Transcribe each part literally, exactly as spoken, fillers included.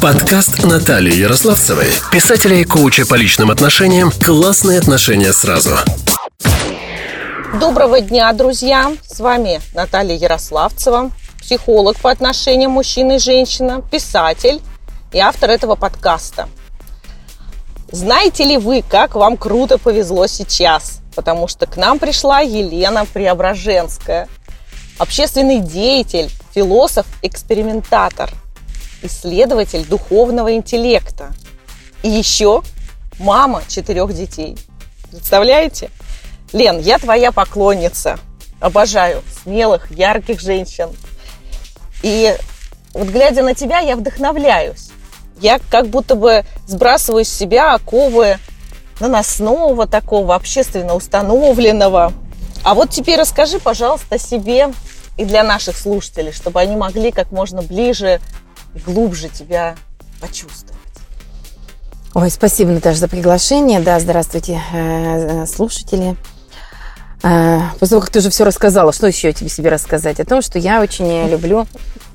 Подкаст Натальи Ярославцевой, писателя и коуча по личным отношениям «Классные отношения сразу». Доброго дня, друзья! С вами Наталья Ярославцева, психолог по отношениям мужчина и женщина, писатель и автор этого подкаста. Знаете ли вы, как вам круто повезло сейчас? Потому что к нам пришла Елена Преображенская, общественный деятель, философ, экспериментатор, исследователь духовного интеллекта. И еще мама четырех детей. Представляете? Лен, я твоя поклонница. Обожаю смелых, ярких женщин. И вот глядя на тебя, я вдохновляюсь. Я как будто бы сбрасываю с себя оковы наносного такого, общественно установленного. А вот теперь расскажи, пожалуйста, о себе и для наших слушателей, чтобы они могли как можно ближе и глубже тебя почувствовать. Ой, спасибо, Наташа, за приглашение. Да, здравствуйте, слушатели. После того, как ты уже все рассказала, что еще тебе себе рассказать? О том, что я очень люблю...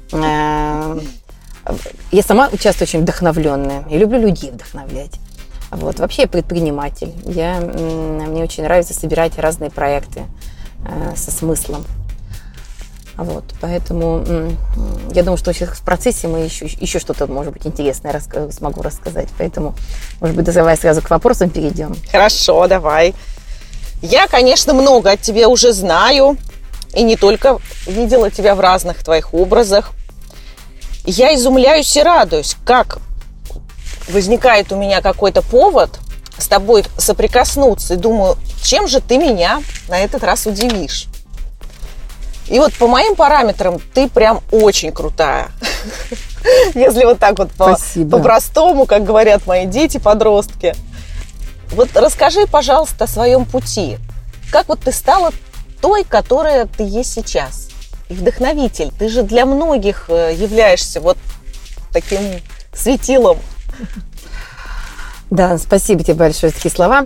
Я сама часто очень вдохновленная. Я люблю людей вдохновлять. Вот. Вообще я предприниматель. Я, мне очень нравится собирать разные проекты со смыслом. Вот. Поэтому я думаю, что сейчас в процессе мы еще, еще что-то, может быть, интересное раска- смогу рассказать. Поэтому, может быть, давай сразу к вопросам перейдем. Хорошо, давай. Я, конечно, много от тебя уже знаю. И не только видела тебя в разных твоих образах. Я изумляюсь и радуюсь, как возникает у меня какой-то повод с тобой соприкоснуться. И думаю, чем же ты меня на этот раз удивишь? И вот по моим параметрам ты прям очень крутая. Если вот так вот по-простому, как говорят мои дети-подростки. Вот расскажи, пожалуйста, о своем пути. Как вот ты стала той, которая ты есть сейчас? И вдохновитель. Ты же для многих являешься вот таким светилом. Да, спасибо тебе большое за такие слова.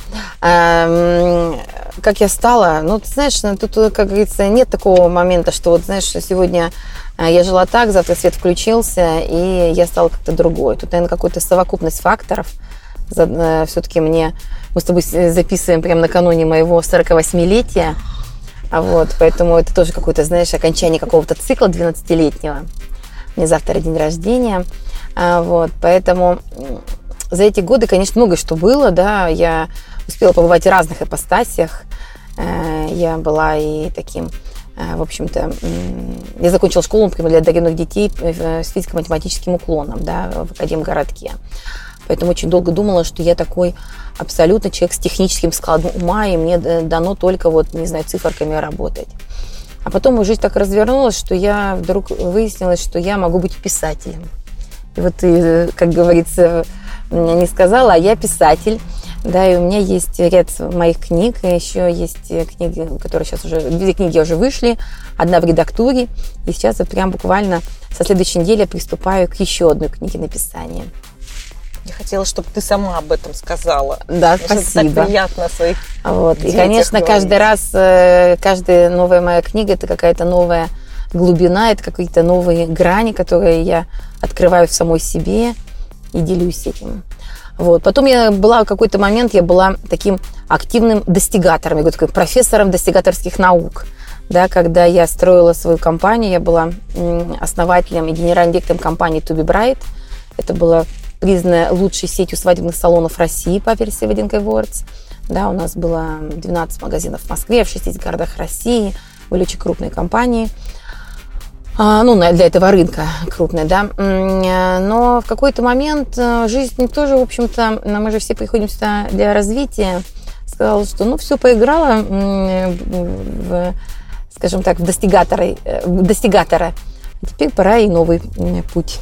А, как я стала? Ну, ты знаешь, тут, как говорится, нет такого момента, что вот, знаешь, сегодня я жила так, завтра свет включился, и я стала как-то другой. Тут, наверное, какая-то совокупность факторов. Все-таки мне... Мы с тобой записываем прямо накануне моего сорокавосьмилетия. А вот, поэтому это тоже какое-то, знаешь, окончание какого-то цикла двенадцатилетнего. Мне завтра день рождения. А вот, поэтому за эти годы, конечно, многое что было, да. Я успела побывать в разных ипостасях. Я была и таким, в общем-то, я закончила школу, например, для одаренных детей с физико-математическим уклоном, да, в Академгородке. Поэтому очень долго думала, что я такой абсолютно человек с техническим складом ума, и мне дано только вот, не знаю, циферками работать. А потом жизнь так развернулась, что я вдруг выяснилось, что я могу быть писателем. И вот ты, как говорится, не сказала, а я писатель. Да, и у меня есть ряд моих книг, и еще есть книги, которые сейчас уже, две книги уже вышли, одна в редактуре, и сейчас вот прям буквально со следующей недели я приступаю к еще одной книге написания. Я хотела, чтобы ты сама об этом сказала. Да, потому спасибо. Это так приятно своих вот. детях И, конечно, говорить. Каждый раз, каждая новая моя книга – это какая-то новая глубина, это какие-то новые грани, которые я открываю в самой себе и делюсь этим. Вот. Потом я была в какой-то момент, я была таким активным достигатором, я говорю, такой профессором достигаторских наук. Да, когда я строила свою компанию, я была основателем и генеральным директором компании To Be Bride. Это была признана лучшей сетью свадебных салонов России по версии Wedding Awards. Да, у нас было двенадцать магазинов в Москве, в шести городах России. Были очень крупные компании. А, ну, для этого рынка крупные, да. Но в какой-то момент жизнь тоже, в общем-то, мы же все приходим сюда для развития. Сказала, что ну все, поиграла в, скажем так, в достигатора, в достигатора. А теперь пора и новый путь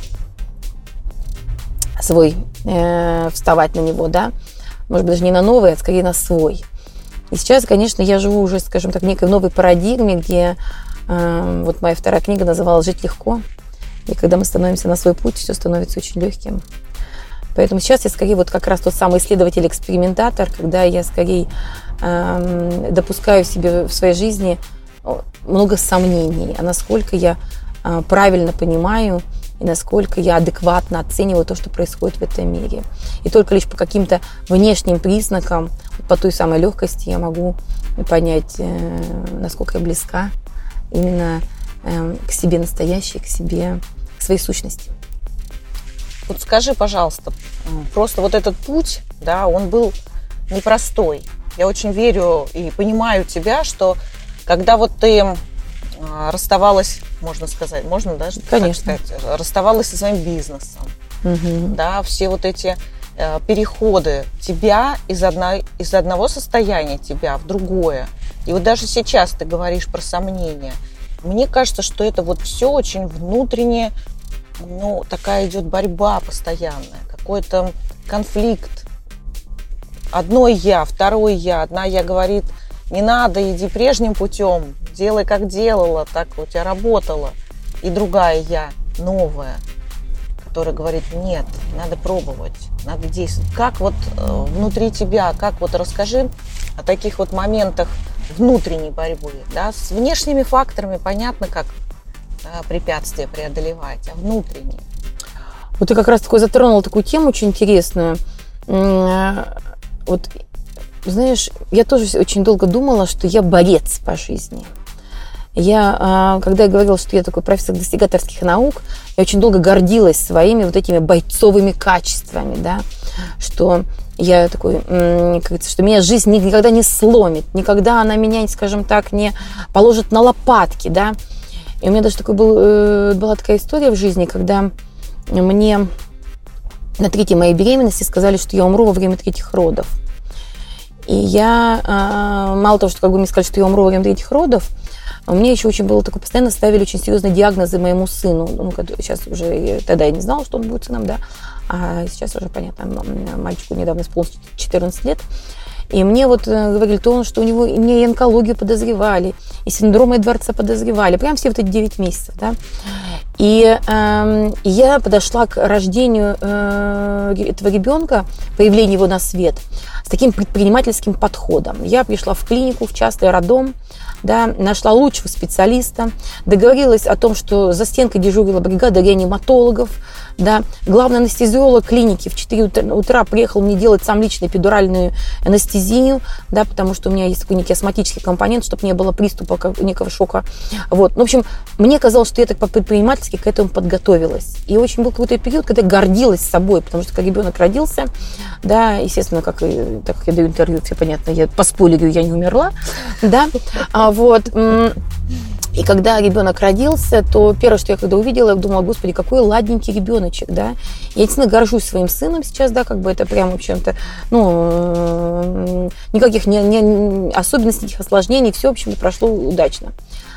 свой, э, вставать на него, да, может быть, даже не на новый, а скорее на свой. И сейчас, конечно, я живу уже, скажем так, в некой новой парадигме, где э, вот моя вторая книга называлась «Жить легко», и когда мы становимся на свой путь, все становится очень легким. Поэтому сейчас я скорее вот как раз тот самый исследователь-экспериментатор, когда я скорее э, допускаю в себе в своей жизни много сомнений, а насколько я э, правильно понимаю и насколько я адекватно оцениваю то, что происходит в этом мире. И только лишь по каким-то внешним признакам, по той самой легкости я могу понять, насколько я близка именно к себе настоящей, к себе, к своей сущности. Вот скажи, пожалуйста, просто вот этот путь, да, он был непростой. Я очень верю и понимаю тебя, что когда вот ты расставалась, можно сказать, можно даже Конечно. так сказать, расставалась со своим бизнесом, Угу. да, все вот эти э, переходы тебя из, одной, из одного состояния тебя в другое. И вот даже сейчас ты говоришь про сомнения. Мне кажется, что это вот все очень внутренне, ну, такая идет борьба постоянная, какой-то конфликт. Одно я, второе я. Одна я говорит, не надо, иди прежним путем, делай, как делала, так у тебя работало. И другая я, новая, которая говорит, нет, надо пробовать, надо действовать. Как вот э, внутри тебя, как вот расскажи о таких вот моментах внутренней борьбы, да, с внешними факторами понятно, как да, препятствия преодолевать, а внутренние. Вот ты как раз такой затронула такую тему очень интересную. Вот, знаешь, я тоже очень долго думала, что я борец по жизни. Я, когда я говорила, что я такой профессор достигаторских наук, я очень долго гордилась своими вот этими бойцовыми качествами, да, что я такой, как говорится, что меня жизнь никогда не сломит, никогда она меня, скажем так, не положит на лопатки, да. И у меня даже такой был, была такая история в жизни, когда мне на третьей моей беременности сказали, что я умру во время третьих родов. И я, мало того, что как бы мне сказали, что я умру во время третьих родов, мне еще очень было такое, постоянно ставили очень серьезные диагнозы моему сыну. Ну, сейчас уже, тогда я не знала, что он будет сыном, да, а сейчас уже, понятно, мальчику недавно исполнилось четырнадцать лет. И мне вот говорили то, что у него, и мне и онкологию подозревали, и синдром Эдвардса подозревали, прям все вот эти девять месяцев, да. И э, я подошла к рождению э, этого ребенка, появлению его на свет, с таким предпринимательским подходом. Я пришла в клинику, в частный роддом, да, нашла лучшего специалиста, договорилась о том, что за стенкой дежурила бригада реаниматологов, да, главный анестезиолог клиники в четыре утра приехал мне делать сам лично эпидуральную анестезию, да, потому что у меня есть такой некий астматический компонент, чтобы не было приступа некого шока. Вот. Ну, в общем, мне казалось, что я так по-предпринимательски к этому подготовилась. И очень был какой-то период, когда я гордилась собой, потому что когда ребенок родился, да, естественно, как, так как я даю интервью, все понятно, я по спойлеру, я не умерла, да, а вот. И когда ребенок родился, то первое, что я когда увидела, я думала, господи, какой ладненький ребеночек, да. Я действительно горжусь своим сыном сейчас, да, как бы это прям, в общем-то, ну, никаких не, не, особенностей, никаких осложнений, все, в общем-то, прошло удачно.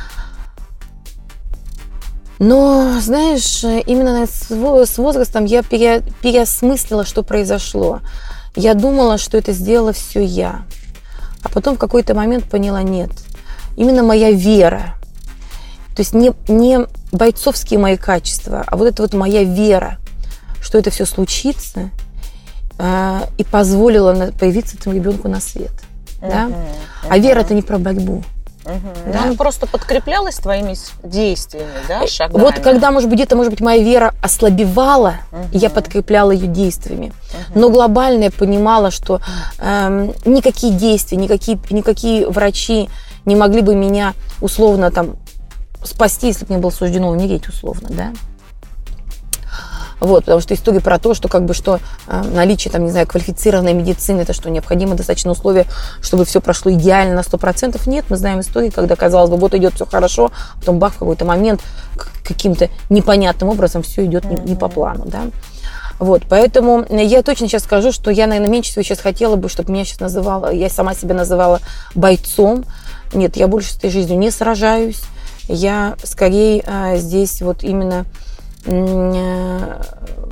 Но, знаешь, именно с возрастом я пере, переосмыслила, что произошло. Я думала, что это сделала все я. А потом в какой-то момент поняла, нет, именно моя вера. То есть не, не бойцовские мои качества, а вот это вот моя вера, что это все случится, э, и позволила на, появиться этому ребенку на свет. Uh-huh, да? uh-huh. А вера – это не про борьбу. Uh-huh. Да? Она просто подкреплялась твоими действиями, да, шагами. Вот когда, может быть, где-то, может быть, моя вера ослабевала, uh-huh. я подкрепляла ее действиями. Uh-huh. Но глобально я понимала, что э, никакие действия, никакие, никакие врачи не могли бы меня условно там спасти, если бы мне было суждено умереть, условно, да. Вот, потому что история про то, что как бы что э, наличие, там, не знаю, квалифицированной медицины, это что, необходимо достаточно условия, чтобы все прошло идеально на сто процентов. Нет, мы знаем истории, когда, казалось бы, вот идет все хорошо, а потом бах, в какой-то момент каким-то непонятным образом все идет не, не по плану, да. Вот, поэтому я точно сейчас скажу, что я, наверное, меньше всего сейчас хотела бы, чтобы меня сейчас называла, я сама себя называла бойцом. Нет, я больше с этой жизнью не сражаюсь. Я скорее а, здесь вот именно а,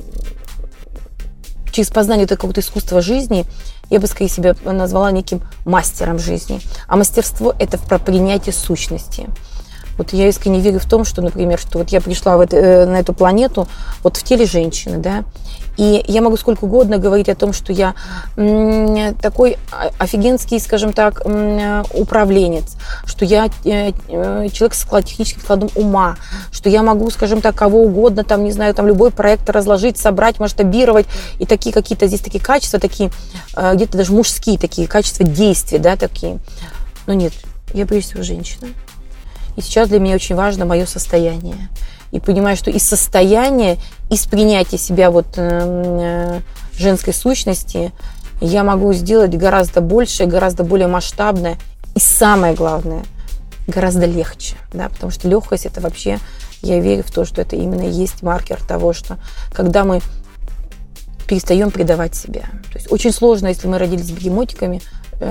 через познание какого-то искусства жизни я бы скорее себя назвала неким мастером жизни. А мастерство – это про принятие сущности. Вот я искренне верю в том, что, например, что вот я пришла в это, на эту планету вот в теле женщины, да, И я могу сколько угодно говорить о том, что я м, такой офигенский, скажем так, м, управленец, что я э, человек с техническим складом ума, что я могу, скажем так, кого угодно, там, не знаю, там, любой проект разложить, собрать, масштабировать. И такие какие-то здесь такие качества, такие э, где-то даже мужские такие качества действия, да, такие. Но нет, я прежде всего женщина. И сейчас для меня очень важно мое состояние. И понимаю, что из состояния, из принятия себя вот, э, женской сущности я могу сделать гораздо больше, гораздо более масштабное. И самое главное, гораздо легче. Да? Потому что легкость – это вообще, я верю в то, что это именно и есть маркер того, что когда мы перестаем предавать себя. То есть очень сложно, если мы родились бегемотиками,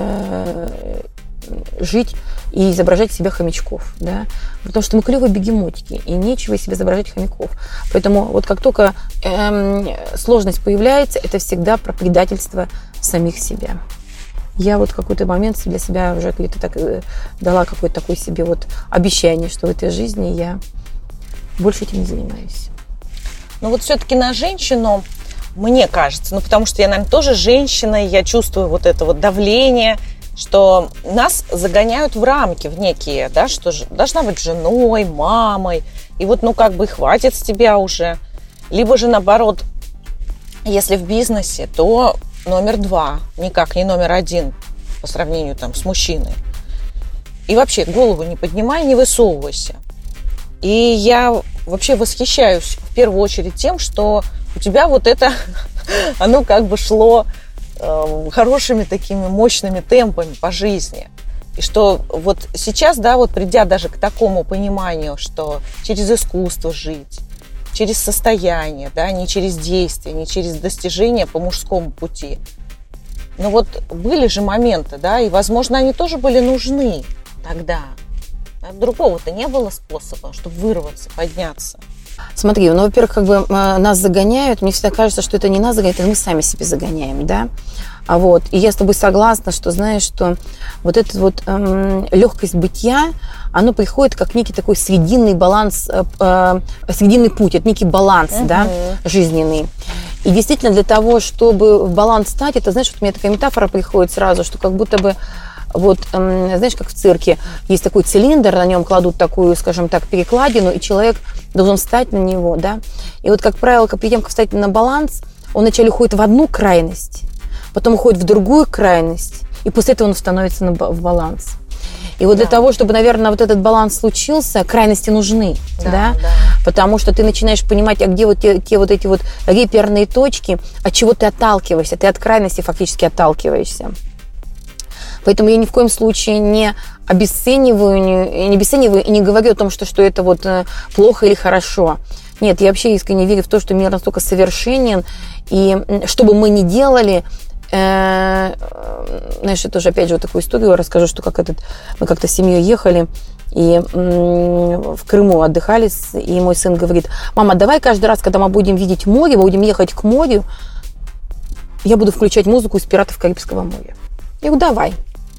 э, жить и изображать себя хомячков, да, потому что мы клевые бегемотики, и нечего себе изображать хомяков. Поэтому вот как только эм, сложность появляется, это всегда про предательство самих себя. Я вот в какой-то момент для себя уже где-то так э, дала какое-то такое себе вот обещание, что в этой жизни я больше этим не занимаюсь. Ну вот все-таки на женщину, мне кажется, ну потому что я, наверное, тоже женщина, и я чувствую вот это вот давление, что нас загоняют в рамки, в некие, да, что должна быть женой, мамой, и вот, ну, как бы хватит с тебя уже. Либо же, наоборот, если в бизнесе, то номер два, никак не номер один по сравнению там с мужчиной. И вообще голову не поднимай, не высовывайся. И я вообще восхищаюсь в первую очередь тем, что у тебя вот это, оно как бы шло хорошими такими мощными темпами по жизни. И что вот сейчас, да, вот придя даже к такому пониманию, что через искусство жить, через состояние, да, не через действие, не через достижение по мужскому пути. Но вот были же моменты, да, и, возможно, они тоже были нужны тогда. Другого-то не было способа, чтобы вырваться, подняться. Смотри, ну, во-первых, как бы нас загоняют. Мне всегда кажется, что это не нас загоняют, это мы сами себе загоняем, да. А вот, и я с тобой согласна, что, знаешь, что вот эта вот эм, легкость бытия, оно приходит как некий такой срединный баланс, э, э, срединный путь, это некий баланс, uh-huh. да, жизненный. И действительно для того, чтобы в баланс стать, это, знаешь, вот у меня такая метафора приходит сразу, что как будто бы вот, эм, знаешь, как в цирке, есть такой цилиндр, на нем кладут такую, скажем так, перекладину, и человек должен встать на него, да. И вот, как правило, перед тем, как встать на баланс, он вначале уходит в одну крайность, потом уходит в другую крайность, и после этого он становится на, в баланс. И вот да. для того, чтобы, наверное, вот этот баланс случился, крайности нужны, да, да? Да. Потому что ты начинаешь понимать, а где вот те, те вот эти вот реперные точки, от чего ты отталкиваешься, ты от крайности фактически отталкиваешься. Поэтому я ни в коем случае не обесцениваю, не, не обесцениваю и не говорю о том, что, что это вот плохо или хорошо. Нет, я вообще искренне верю в то, что мир настолько совершенен, и что бы мы ни делали, э, знаешь, я тоже опять же вот такую историю расскажу, что как этот, мы как-то с семьей ехали, и м, в Крыму отдыхали, и мой сын говорит: мама, давай каждый раз, когда мы будем видеть море, мы будем ехать к морю, я буду включать музыку из «Пиратов Карибского моря». Я говорю: давай.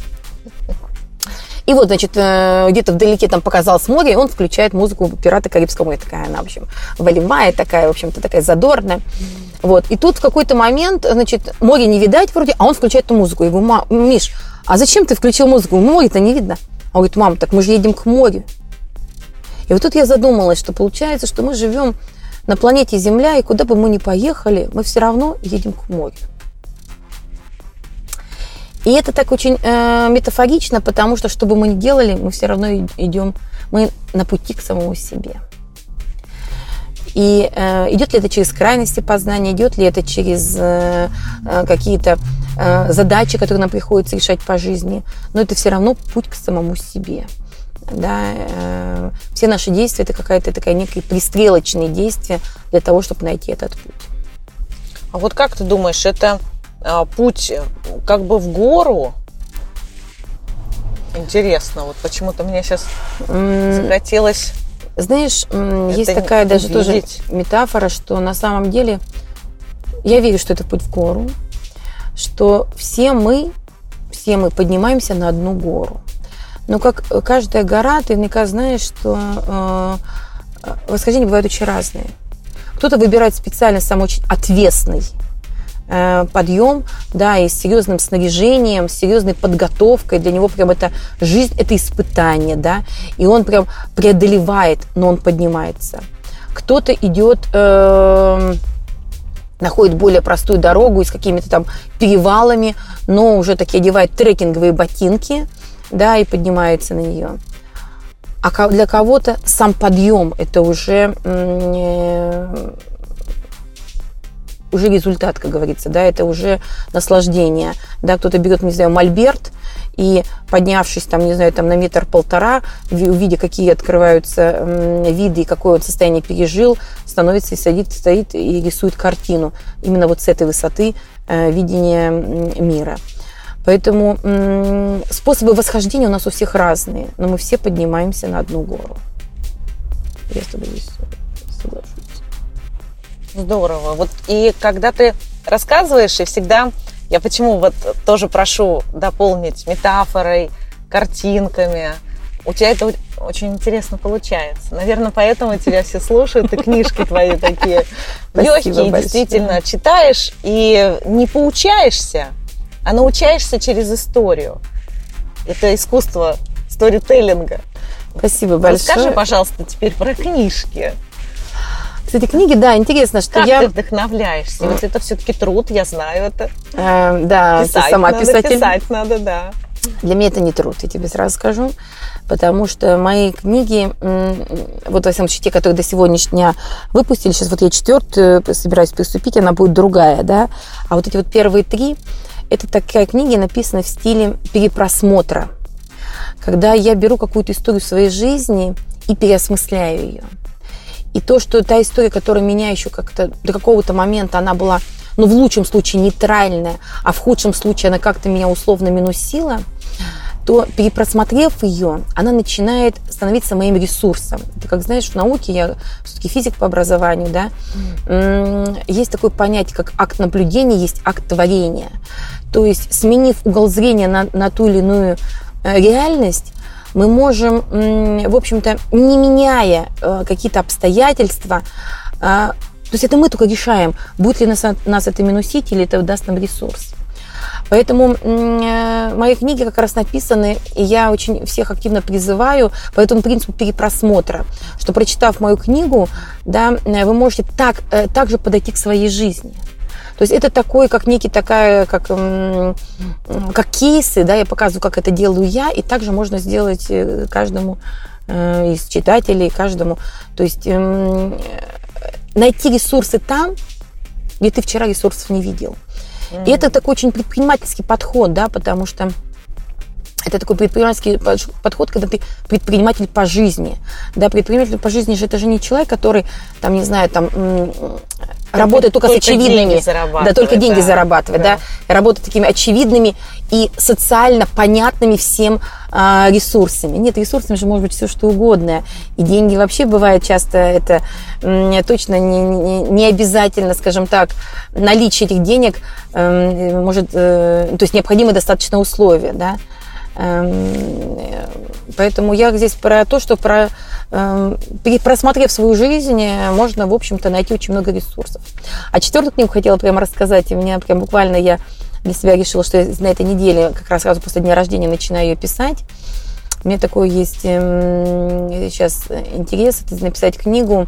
И вот, значит, где-то вдалеке там показалось море, и он включает музыку «Пираты Карибского моря». Такая она, в общем, волевая такая, в общем-то, такая задорная. Вот. И тут в какой-то момент, значит, море не видать вроде, а он включает эту музыку. Я говорю: Миш, а зачем ты включил музыку? Море-то не видно. Он говорит: мам, так мы же едем к морю. И вот тут я задумалась, что получается, что мы живем на планете Земля, и куда бы мы ни поехали, мы все равно едем к морю. И это так очень э, метафорично, потому что, что бы мы ни делали, мы все равно идем, мы на пути к самому себе. И э, идет ли это через крайности познания, идет ли это через э, э, какие-то э, задачи, которые нам приходится решать по жизни, но это все равно путь к самому себе. Да? Э, все наши действия – это какая-то такая некие пристрелочные действия для того, чтобы найти этот путь. А вот как ты думаешь, это путь как бы в гору? Интересно, вот почему-то мне сейчас mm. захотелось. Знаешь, есть такая даже тоже метафора, что на самом деле я верю, что это путь в гору, что все мы, все мы поднимаемся на одну гору. Но как каждая гора, ты наверняка знаешь, что э, восхождения бывают очень разные. Кто-то выбирает специально сам очень ответственный э, подъем, да, и с серьезным снаряжением, с серьезной подготовкой. Для него прям это жизнь, это испытание, да, и он прям преодолевает, но он поднимается. Кто-то идет... Э, находит более простую дорогу и с какими-то там перевалами, но уже такие одевает трекинговые ботинки, да, и поднимается на нее. А для кого-то сам подъем – это уже, э, уже результат, как говорится, да, это уже наслаждение. Да, кто-то берет, не знаю, мольберт, и поднявшись там, не знаю, там на метр-полтора, увидя, какие открываются э, виды и какое он состояние пережил, становится и садит, стоит и рисует картину. Именно вот с этой высоты э, видения мира. Поэтому э, способы восхождения у нас у всех разные, но мы все поднимаемся на одну гору. Я с тобой здесь соглашусь. Здорово. Вот и когда ты рассказываешь, и всегда... Я почему вот тоже прошу дополнить метафорой, картинками. У тебя это очень интересно получается. Наверное, поэтому тебя все слушают, и книжки твои такие легкие, действительно читаешь и не поучаешься, а научаешься через историю. Это искусство сторителлинга. Спасибо большое. Расскажи, пожалуйста, теперь про книжки. Кстати, книги, да, интересно, что как я... Как ты вдохновляешься? Вот это все-таки труд, я знаю это. Э, да, писать ты сама надо, писатель. Писать надо, да. Для меня это не труд, я тебе сразу скажу, потому что мои книги, вот, во всяком случае, те, которые до сегодняшнего дня выпустили, сейчас вот я четвертую собираюсь приступить, она будет другая, да, а вот эти вот первые три, это такая книга, написана в стиле перепросмотра, когда я беру какую-то историю своей жизни и переосмысляю ее. И то, что та история, которая меня еще как-то до какого-то момента, она была, ну, в лучшем случае нейтральная, а в худшем случае она как-то меня условно минусила, то, перепросмотрев ее, она начинает становиться моим ресурсом. Ты как знаешь, в науке, я все-таки физик по образованию, да, mm. есть такое понятие, как акт наблюдения, есть акт творения. То есть, сменив угол зрения на, на ту или иную э, реальность, мы можем, в общем-то, не меняя какие-то обстоятельства, то есть это мы только решаем, будет ли нас, нас это минусить или это даст нам ресурс. Поэтому мои книги как раз написаны, и я очень всех активно призываю по этому принципу перепросмотра, что, прочитав мою книгу, да, вы можете так, так же подойти к своей жизни. То есть это такой, как некий такая, как, как кейсы, да, я показываю, как это делаю я, и также можно сделать каждому э, из читателей, каждому. То есть э, найти ресурсы там, где ты вчера ресурсов не видел. Mm-hmm. И это такой очень предпринимательский подход, да, потому что это такой предпринимательский подход, когда ты предприниматель по жизни. Да, предприниматель по жизни же это же не человек, который, там, не знаю, там, работает только, только с очевидными, да, только деньги да, зарабатывает, да. да, работает такими очевидными и социально понятными всем а, ресурсами. Нет, ресурсами же может быть все что угодно. И деньги вообще бывает часто, это м, точно не, не, не обязательно, скажем так, наличие этих денег э, может, э, то есть необходимы достаточно условия, да. Поэтому я здесь про то, что про, просмотрев свою жизнь, можно, в общем-то, найти очень много ресурсов. А четвертую книгу хотела прямо рассказать, и у меня прям буквально я для себя решила, что я на этой неделе, как раз сразу после дня рождения, начинаю ее писать. У меня такой есть сейчас интерес, это написать книгу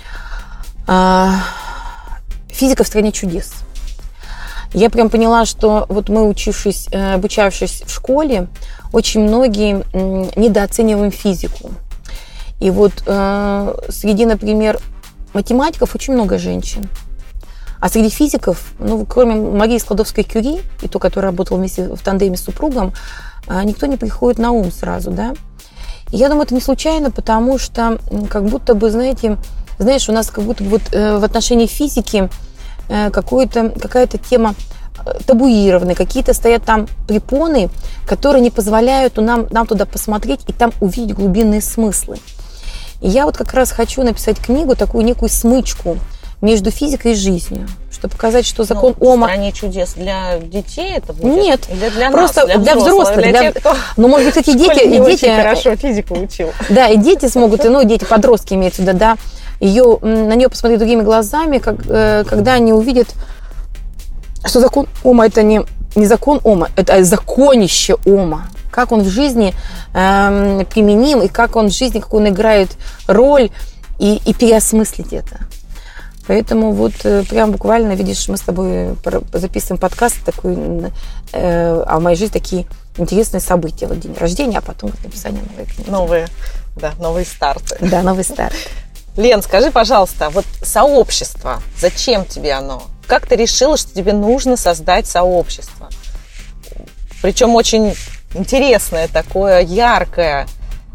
«Физика в стране чудес». Я прям поняла, что вот мы, учившись, обучавшись в школе, очень многие недооцениваем физику. И вот э, среди, например, математиков очень много женщин. А среди физиков, ну, кроме Марии Складовской-Кюри, и то, которая работала вместе в тандеме с супругом, никто не приходит на ум сразу, да. И я думаю, это не случайно, потому что как будто бы, знаете, знаешь, у нас как будто бы вот в отношении физики какой-то, какая-то тема табуированная, какие-то стоят там препоны, которые не позволяют нам, нам туда посмотреть и там увидеть глубинные смыслы. И я вот как раз хочу написать книгу, такую некую смычку между физикой и жизнью, чтобы показать, что закон ну, Ома... В стране чудес для детей это будет? Нет, или для просто нас, для, для взрослых. Для... Для тех, кто ну, может быть, эти дети... не и дети очень хорошо физику учил. Да, и дети смогут, и, ну, дети, подростки имеются в виду, да, ее, на нее посмотреть другими глазами, как, когда они увидят, что закон Ома – это не, не закон Ома, это законище Ома. Как он в жизни э, применим, и как он в жизни, как он играет роль, и, и переосмыслить это. Поэтому вот прям буквально, видишь, мы с тобой записываем подкаст такой, э, а в моей жизни такие интересные события. Вот день рождения, а потом вот написание новой книги. Новые, да, новые старты. Да, новый старт. Лен, скажи, пожалуйста, вот сообщество, зачем тебе оно? Как ты решила, что тебе нужно создать сообщество? Причем очень интересное такое, яркое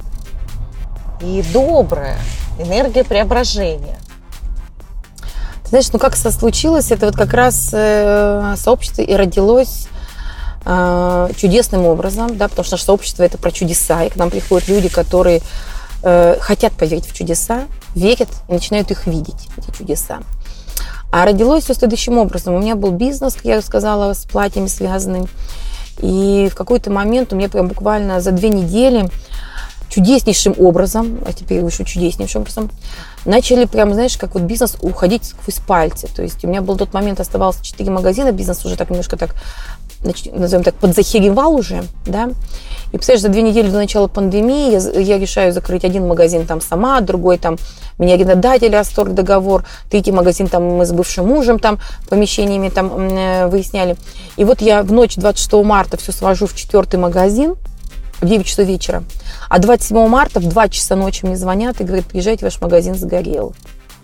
и доброе. Энергия преображения. Ты знаешь, ну как это случилось, это вот как раз э, сообщество и родилось э, чудесным образом, да, потому что наше сообщество – это про чудеса, и к нам приходят люди, которые э, хотят поверить в чудеса, верят и начинают их видеть, эти чудеса. А родилось все следующим образом. У меня был бизнес, как я сказала, с платьями связанным, и в какой-то момент у меня прям буквально за две недели чудеснейшим образом, а теперь выше чудеснейшим образом, начали прям, знаешь, как вот бизнес уходить сквозь пальцы. То есть у меня был тот момент, оставалось четыре магазина, бизнес уже так немножко так, назовем так, подзахеревал уже, да. И, представляешь, за две недели до начала пандемии я, я решаю закрыть один магазин там сама, другой там меня арендодатель расторг договор, третий магазин там мы с бывшим мужем там помещениями там выясняли. И вот я в ночь двадцать шестого марта все свожу в четвертый магазин в девять часов вечера, а двадцать седьмого марта в два часа ночи мне звонят и говорят: приезжайте, ваш магазин сгорел.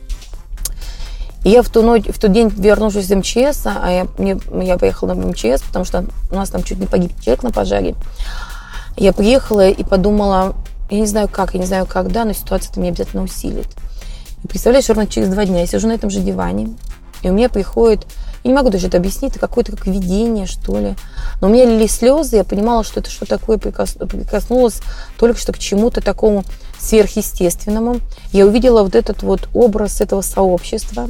И я в ту ночь, в тот день, вернувшись из эм че эс, а я, мне, я поехала на эм че эс, потому что у нас там чуть не погиб человек на пожаре. Я приехала и подумала, я не знаю как, я не знаю когда, но ситуация это меня обязательно усилит. И представляешь, ровно через два дня я сижу на этом же диване, и у меня приходит, я не могу даже это объяснить, это какое-то как видение, что ли. Но у меня лились слезы, я понимала, что это что такое, прикоснулось только что к чему-то такому сверхъестественному. Я увидела вот этот вот образ этого сообщества.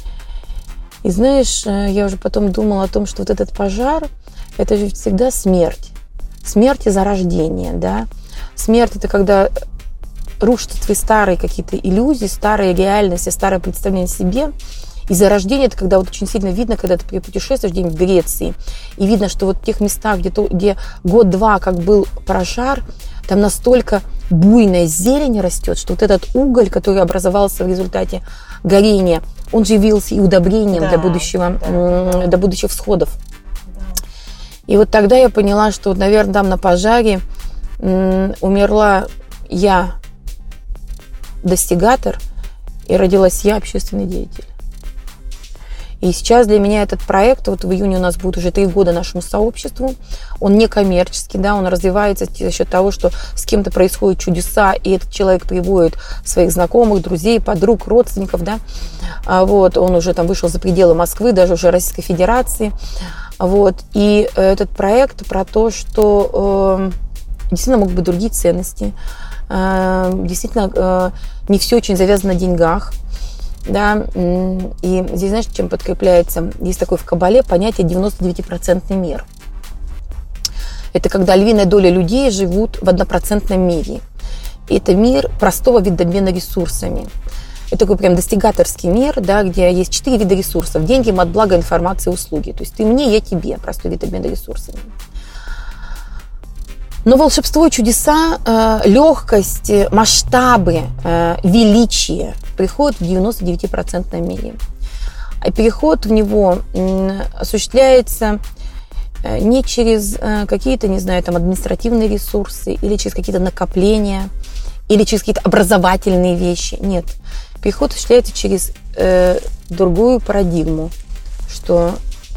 И знаешь, я уже потом думала о том, что вот этот пожар, это же всегда смерть. Смерть и зарождение, да. Смерть – это когда рушатся твои старые какие-то иллюзии, старые реальности, старое представление о себе. И зарождение – это когда вот очень сильно видно, когда ты путешествуешь где-нибудь в Греции, и видно, что вот в тех местах, где, то, где год-два как был пожар, там настолько буйная зелень растет, что вот этот уголь, который образовался в результате горения, он же явился и удобрением да, для, будущего, да, для будущих всходов. Да. И вот тогда я поняла, что, наверное, там на пожаре м, умерла я, достигатор, и родилась я, общественный деятель. И сейчас для меня этот проект, вот в июне у нас будет уже три года нашему сообществу, он не коммерческий, да, он развивается за счет того, что с кем-то происходят чудеса, и этот человек приводит своих знакомых, друзей, подруг, родственников, да, вот, он уже там вышел за пределы Москвы, даже уже Российской Федерации, вот, и этот проект про то, что э, действительно могут быть другие ценности, э, действительно э, не все очень завязано на деньгах. Да, и здесь, знаешь, чем подкрепляется? Есть такое в Кабале понятие девяносто девять процентов мир. Это когда львиная доля людей живут в однопроцентном мире. И это мир простого вида обмена ресурсами. Это такой прям достигаторский мир, да, где есть четыре вида ресурсов. Деньги, мат, благо, информация, услуги. То есть ты мне, я тебе. Простой вид обмена ресурсами. Но волшебство, чудеса, э, легкость, масштабы, э, величие приходят в девяносто девять процентов мире. А переход в него э, осуществляется э, не через э, какие-то, не знаю, там, административные ресурсы или через какие-то накопления, или через какие-то образовательные вещи. Нет. Переход осуществляется через э, другую парадигму, что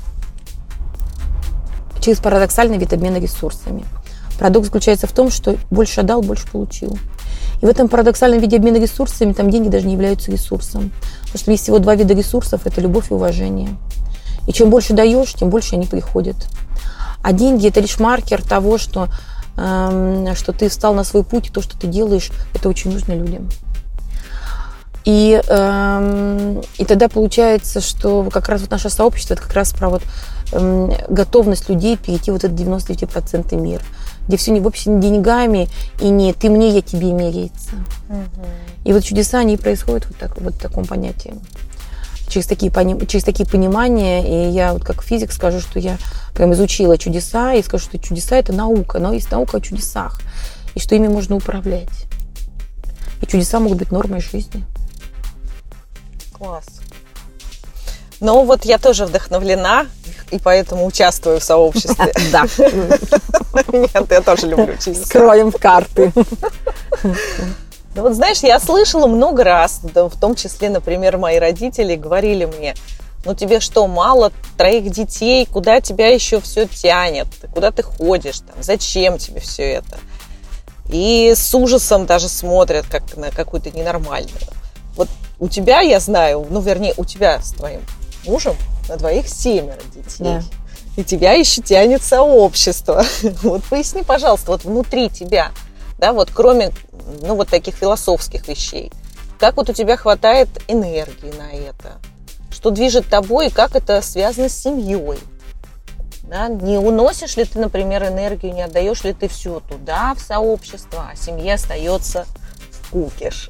через парадоксальный вид обмена ресурсами. Парадокс заключается в том, что больше отдал, больше получил. И в этом парадоксальном виде обмена ресурсами там деньги даже не являются ресурсом. Потому что есть всего два вида ресурсов – это любовь и уважение. И чем больше даешь, тем больше они приходят. А деньги – это лишь маркер того, что, эм, что ты встал на свой путь, и то, что ты делаешь, это очень нужно людям. И, эм, и тогда получается, что как раз вот наше сообщество – это как раз про вот, эм, готовность людей перейти в вот этот девяносто девять процентов мир. где все не вообще не деньгами и не ты мне, я тебе меряется. Угу. И вот чудеса, они происходят вот, так, вот в таком понятии. Через такие, через такие понимания, и я вот как физик скажу, что я прям изучила чудеса, и скажу, что чудеса – это наука, но есть наука о чудесах, и что ими можно управлять. И чудеса могут быть нормой жизни. Класс. Ну вот я тоже вдохновлена, и поэтому участвую в сообществе. Да. Нет, я тоже люблю чудеса. Скроем карты. Ну вот знаешь, я слышала много раз, в том числе, например, мои родители говорили мне: ну тебе что, мало троих детей, куда тебя еще все тянет, куда ты ходишь, там, зачем тебе все это? И с ужасом даже смотрят как на какую-то ненормальную. Вот у тебя, я знаю, ну вернее, у тебя с твоим мужем на двоих семеро детей. Да. И тебя еще тянет сообщество. Вот поясни, пожалуйста, вот внутри тебя, да, вот кроме, ну, вот таких философских вещей, как вот у тебя хватает энергии на это? Что движет тобой и как это связано с семьей? Да? Не уносишь ли ты, например, энергию, не отдаешь ли ты все туда, в сообщество, а семья остается в кукиш?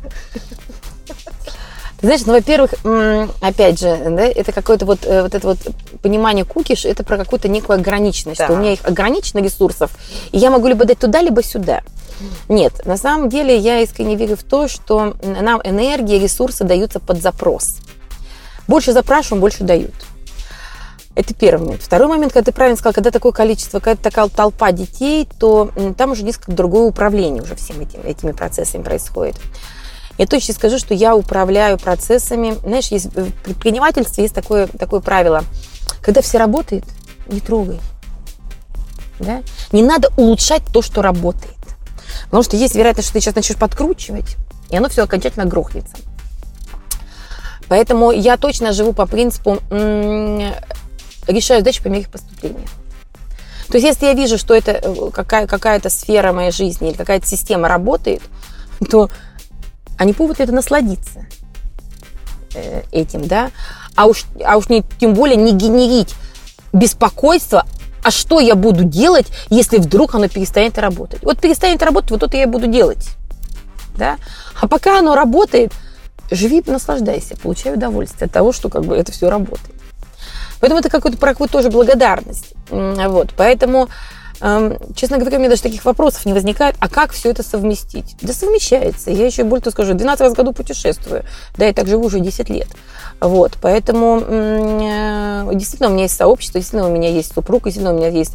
Ты знаешь, ну, во-первых, опять же, да, это какое-то вот, вот это вот понимание кукиш, это про какую-то некую ограниченность, да. Что у меня их ограничено ресурсов, и я могу либо дать туда, либо сюда. Нет, на самом деле я искренне верю в то, что нам энергия, ресурсы даются под запрос. Больше запрашиваем, больше дают. Это первый момент. Второй момент, когда ты правильно сказал, когда такое количество, когда такая толпа детей, то там уже несколько другое управление уже всеми этими, этими процессами происходит. Я точно скажу, что я управляю процессами. Знаешь, есть, в предпринимательстве есть такое, такое правило. Когда все работает, не трогай. Да? Не надо улучшать то, что работает. Потому что есть вероятность, что ты сейчас начнешь подкручивать, и оно все окончательно грохнется. Поэтому я точно живу по принципу м- решаю задачи по мере их поступления. То есть, если я вижу, что это какая- какая-то сфера моей жизни или какая-то система работает, то а не повод ли это насладиться э, этим, да? А уж, а уж не, тем более не генерить беспокойство, а что я буду делать, если вдруг оно перестанет работать? Вот перестанет работать, вот это я буду делать, да? А пока оно работает, живи, наслаждайся, получай удовольствие от того, что как бы это все работает. Поэтому это какой-то про какую-то тоже благодарность. Вот, поэтому... Честно говоря, у меня даже таких вопросов не возникает. А как все это совместить? Да совмещается. Я еще более того скажу, двенадцать раз в году путешествую. Да, я так живу уже десять лет. Вот, поэтому действительно у меня есть сообщество, действительно у меня есть супруг, действительно у меня есть,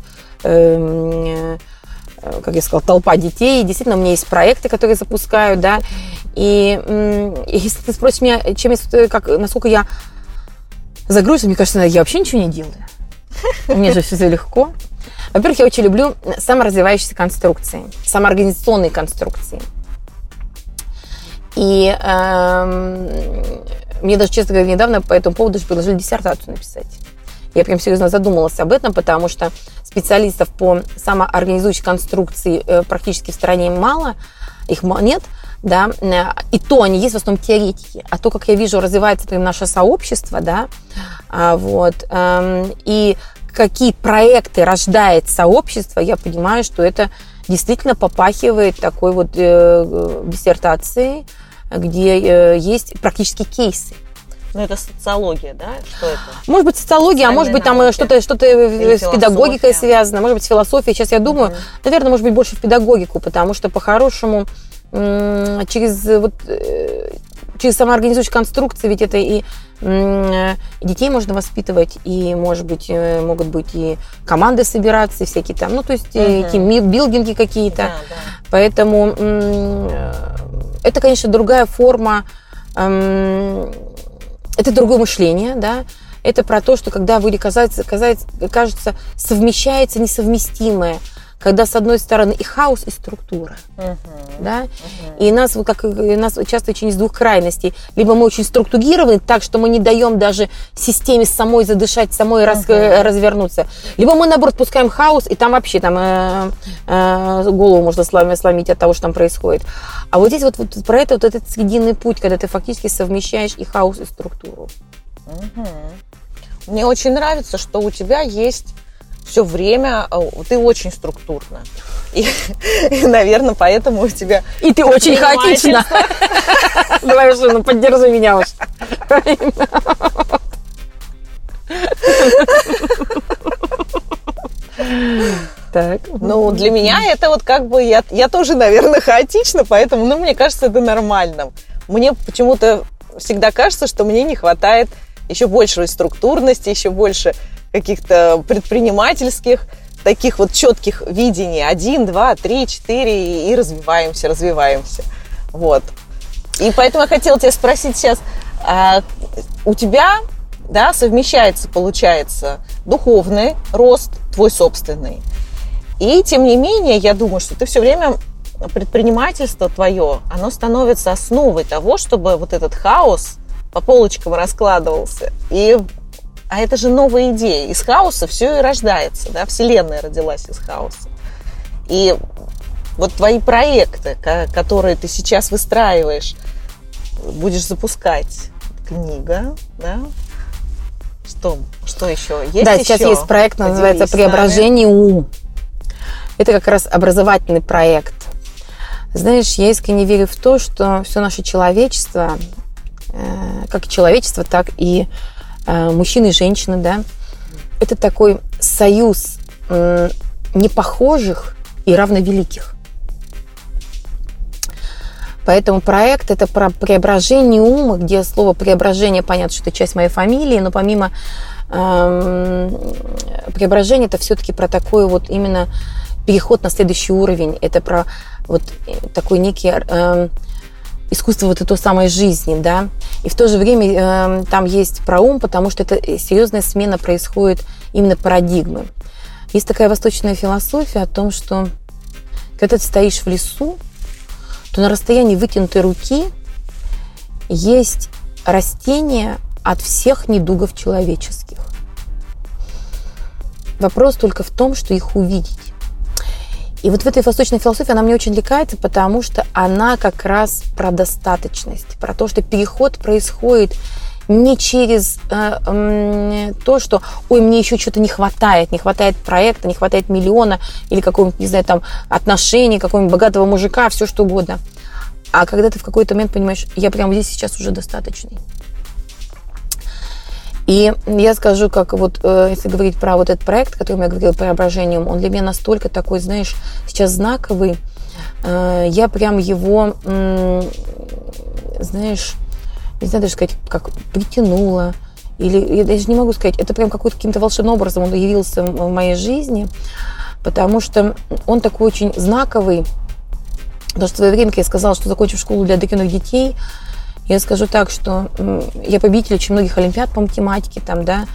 как я сказала, толпа детей, действительно у меня есть проекты, которые запускаю, да. И если ты спросишь меня, чем я, как, насколько я загружена, мне кажется, я вообще ничего не делаю. Мне же все легко. Во-первых, я очень люблю саморазвивающиеся конструкции, самоорганизационные конструкции. И э, мне даже, честно говоря, недавно по этому поводу даже предложили диссертацию написать. Я прям серьезно задумалась об этом, потому что специалистов по самоорганизующей конструкции э, практически в стране мало, их нет, да, и то они есть в основном теоретики. А то, как я вижу, развивается прям наше сообщество, да, вот, э, и какие проекты рождает сообщество, я понимаю, что это действительно попахивает такой вот э, диссертацией, где э, есть практически кейсы. Ну, это социология, да? Что это? Может быть, социология, а может быть, там что-то, что-то с педагогикой связано, может быть, с философией. Сейчас я думаю, угу. наверное, может быть, больше в педагогику, потому что, по-хорошему, м- через, вот, э, через самоорганизующие конструкции ведь это и И детей можно воспитывать, и, может быть, могут быть и команды собираться, и всякие там, ну, то есть uh-huh. тимбилдинги какие-то. Да, да. Поэтому это, конечно, другая форма, это другое мышление, да. Это про то, что когда вы, кажется, кажется, совмещается несовместимое, когда, с одной стороны, и хаос, и структура. Uh-huh. Да? Uh-huh. И нас, как, нас часто очень из двух крайностей. Либо мы очень структурированы так, что мы не даем даже системе самой задышать, самой uh-huh. раз, развернуться. Либо мы, наоборот, пускаем хаос, и там вообще там, э, э, голову можно сломить от того, что там происходит. А вот здесь вот, вот про это вот этот срединный путь, когда ты фактически совмещаешь и хаос, и структуру. Uh-huh. Мне очень нравится, что у тебя есть все время ты очень структурна. И, и, наверное, поэтому у тебя... И ты очень хаотична. Давай уже, ну поддержи меня уж. Так. Ну, для меня это вот как бы... Я, я тоже, наверное, хаотична, поэтому, ну, мне кажется, это нормально. Мне почему-то всегда кажется, что мне не хватает еще большей структурности, еще больше каких-то предпринимательских, таких вот четких видений. Один, два, три, четыре, и развиваемся, развиваемся. Вот. И поэтому я хотела тебя спросить сейчас, а у тебя, да, совмещается, получается, духовный рост, твой собственный. И, тем не менее, я думаю, что ты все время, предпринимательство твое, оно становится основой того, чтобы вот этот хаос по полочкам раскладывался. И, а это же новая идея. Из хаоса все и рождается, да, Вселенная родилась из хаоса. И вот твои проекты, которые ты сейчас выстраиваешь, будешь запускать, книга, да? Что, что еще? Есть да, еще? сейчас есть проект, называется «Преображение ум». Это как раз образовательный проект. Знаешь, я искренне верю в то, что все наше человечество, как человечество, так и мужчины и женщины, да, это такой союз непохожих и равновеликих. Поэтому проект – это про преображение ума, где слово «преображение», понятно, что это часть моей фамилии, но помимо э, преображения, это все-таки про такой вот именно переход на следующий уровень. Это про вот такой некий э, искусство вот этой самой жизни, да. И в то же время э, там есть про ум, потому что это серьезная смена происходит именно парадигмы. Есть такая восточная философия о том, что когда ты стоишь в лесу, то на расстоянии вытянутой руки есть растения от всех недугов человеческих. Вопрос только в том, что их увидеть. И вот в этой восточной философии она мне очень увлекается, потому что она как раз про достаточность, про то, что переход происходит не через э, э, то, что ой, мне еще что-то не хватает, не хватает проекта, не хватает миллиона или какого-нибудь, не знаю, там, отношений, какого-нибудь богатого мужика, все что угодно. А когда ты в какой-то момент понимаешь, я прямо здесь сейчас уже достаточный. И я скажу, как вот, э, если говорить про вот этот проект, о котором я говорила, «Преображением», он для меня настолько такой, знаешь, сейчас знаковый. Э, я прям его, э, знаешь, не знаю даже сказать, как притянула, или я даже не могу сказать, это прям какой-то каким-то волшебным образом он явился в моей жизни, потому что он такой очень знаковый. Потому что в свое время, когда я сказала, что закончив школу для одаренных детей, я скажу так, что я победитель очень многих олимпиад по математике, там, да,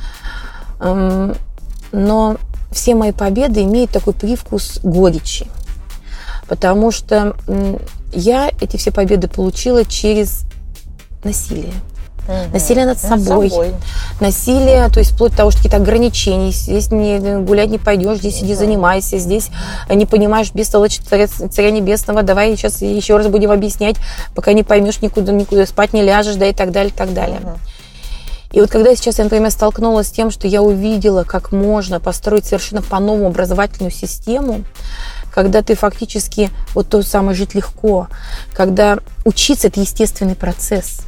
но все мои победы имеют такой привкус горечи, потому что я эти все победы получила через насилие. Угу. Насилие над собой. собой. Насилие, то есть вплоть до того, что какие-то ограничения. Здесь не, гулять не пойдешь, здесь иди занимайся, здесь не понимаешь бестолочь царя небесного, давай сейчас еще раз будем объяснять, пока не поймешь, никуда, никуда спать не ляжешь, да и так далее, и так далее. Угу. И вот когда сейчас я, например, столкнулась с тем, что я увидела, как можно построить совершенно по-новому образовательную систему, когда ты фактически вот то самое жить легко, когда учиться – это естественный процесс.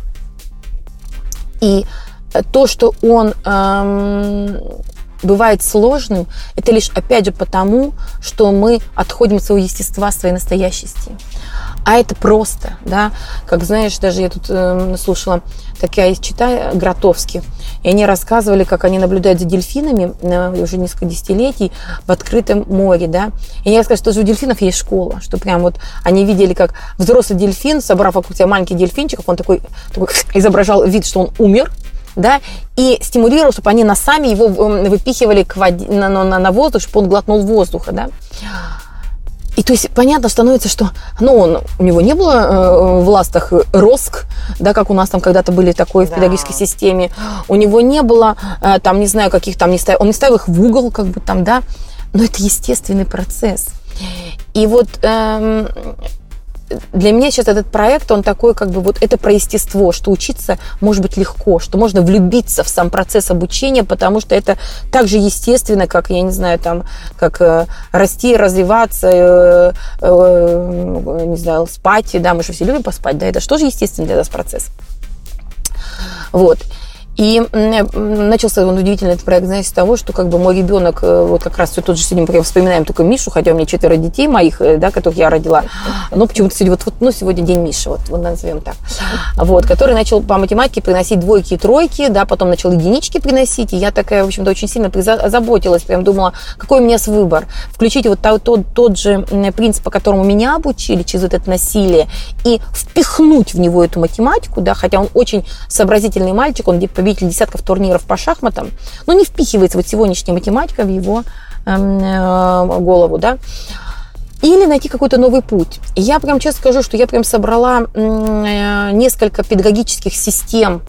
И то, что он эм, бывает сложным, это лишь, опять же, потому, что мы отходим от своего естества, своей настоящести. А это просто, да, как, знаешь, даже я тут э, слушала, такая читаю, Гротовский, и они рассказывали, как они наблюдают за дельфинами э, уже несколько десятилетий в открытом море, да, и они рассказывают, что даже у дельфинов есть школа, что прям вот они видели, как взрослый дельфин, собрав вокруг себя маленьких дельфинчиков, он такой, такой изображал вид, что он умер, да, и стимулировал, чтобы они носами его выпихивали к воде, на, на, на воздух, чтобы он глотнул воздуха, да. И то есть понятно становится, что ну, он, у него не было э, в ластах роск, да, как у нас там когда-то были такое да. в педагогической системе. У него не было, э, там, не знаю, каких там, не ставил, он не ставил их в угол, как бы там, да. Но это естественный процесс. И вот э, для меня сейчас этот проект, он такой, как бы, вот это про естество, что учиться может быть легко, что можно влюбиться в сам процесс обучения, потому что это так же естественно, как, я не знаю, там, как э, расти, развиваться, э, э, не знаю, спать, да, мы же все любим поспать, да, это же тоже естественно для нас процесс. Вот. И начался он удивительный этот проект, знаете, с того, что как бы мой ребенок, вот как раз все тот же сегодня прям вспоминаем только Мишу, хотя у меня четверо детей моих, да, которых я родила, но почему-то сегодня, вот, вот, ну, сегодня день Миши, вот, вот назовем так, вот, который начал по математике приносить двойки и тройки, да, потом начал единички приносить, и я такая, в общем-то, очень сильно озаботилась, прям думала, какой у меня выбор, включить вот тот, тот, тот же принцип, по которому меня обучили, через вот это насилие, и впихнуть в него эту математику, да, хотя он очень сообразительный мальчик, он победитель десятков турниров по шахматам, но не впихивается вот сегодняшняя математика в его э, э, голову, да, или найти какой-то новый путь. И я прям честно скажу, что я прям собрала э, несколько педагогических систем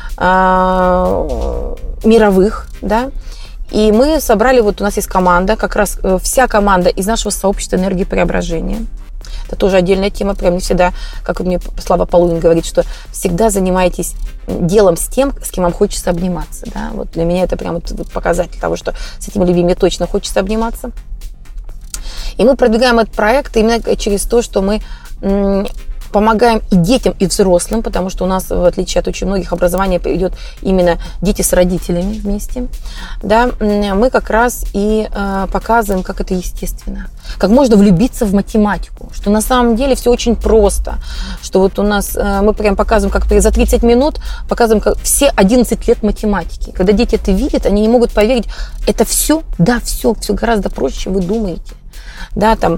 э, мировых, да, и мы собрали, вот у нас есть команда, как раз э, вся команда из нашего сообщества энергии преображения. Это тоже отдельная тема, прям не всегда, как мне Слава Полунин говорит, что всегда занимайтесь делом с тем, с кем вам хочется обниматься. Да? Вот для меня это прям вот, вот показатель того, что с этим людьми мне точно хочется обниматься. И мы продвигаем этот проект именно через то, что мы м- помогаем и детям, и взрослым, потому что у нас, в отличие от очень многих, образование идет именно дети с родителями вместе. Да, мы как раз и э, показываем, как это естественно. Как можно влюбиться в математику, что на самом деле все очень просто. Что вот у нас, э, мы прям показываем, как за тридцать минут показываем как все одиннадцать лет математики. Когда дети это видят, они не могут поверить, это все, да, все, все гораздо проще, чем вы думаете. Да, там,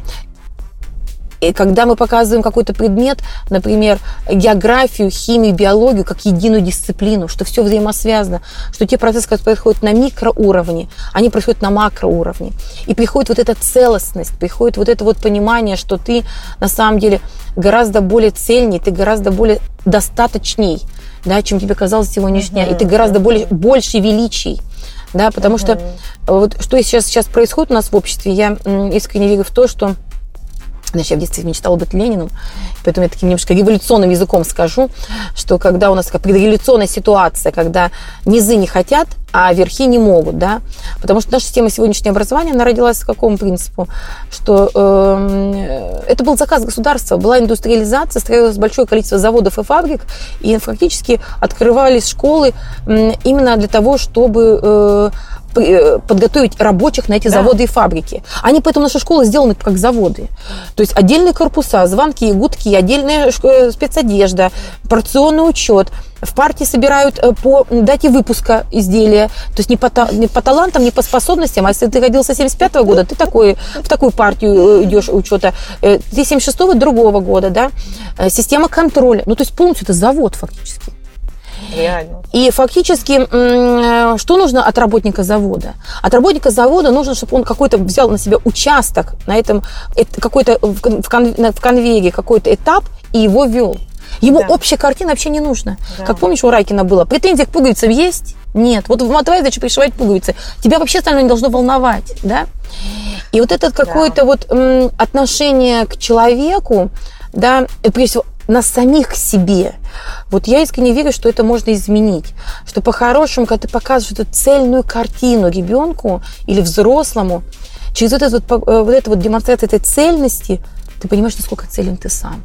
и когда мы показываем какой-то предмет, например, географию, химию, биологию, как единую дисциплину, что все взаимосвязано, что те процессы, которые происходят на микроуровне, они происходят на макроуровне. И приходит вот эта целостность, приходит вот это вот понимание, что ты на самом деле гораздо более цельней, ты гораздо более достаточней, да, чем тебе казалось сегодняшнее, uh-huh. и ты гораздо более, больше величий. Да, потому uh-huh. что вот, что сейчас, сейчас происходит у нас в обществе, я искренне верю в то, что Значит, я в детстве мечтала быть Лениным, поэтому я таким немножко революционным языком скажу, что когда у нас такая предреволюционная ситуация, когда низы не хотят, а верхи не могут, да, потому что наша система сегодняшнего образования, она родилась по какому принципу, что э, это был заказ государства, была индустриализация, строилось большое количество заводов и фабрик, и фактически открывались школы э, именно для того, чтобы э, подготовить рабочих на эти да. заводы и фабрики. Они, поэтому наши школы сделаны как заводы. То есть отдельные корпуса, звонки, гудки, отдельная спецодежда, порционный учет. В партии собирают по дате выпуска изделия. То есть не по, не по талантам, не по способностям. А если ты родился семьдесят пятого года, ты такой, в такую партию идешь учета. Ты семьдесят шестого другого года. Да? Система контроля. Ну, то есть полностью это завод фактически. Реально. И фактически, что нужно от работника завода? От работника завода нужно, чтобы он какой-то взял на себя участок, на этом какой-то в конвейере какой-то этап и его вел. Ему да. общая картина вообще не нужна. Да. Как помнишь, у Райкина было, претензии к пуговицам есть? Нет. Вот твоя задача пришивать пуговицы. Тебя вообще остальное не должно волновать. Да? И вот это какое-то да. вот м, отношение к человеку, да, прежде всего, нас самих к себе. Вот я искренне верю, что это можно изменить. Что по-хорошему, когда ты показываешь эту цельную картину ребенку или взрослому, через вот эту вот, вот, эту вот демонстрацию этой цельности, ты понимаешь, насколько целен ты сам.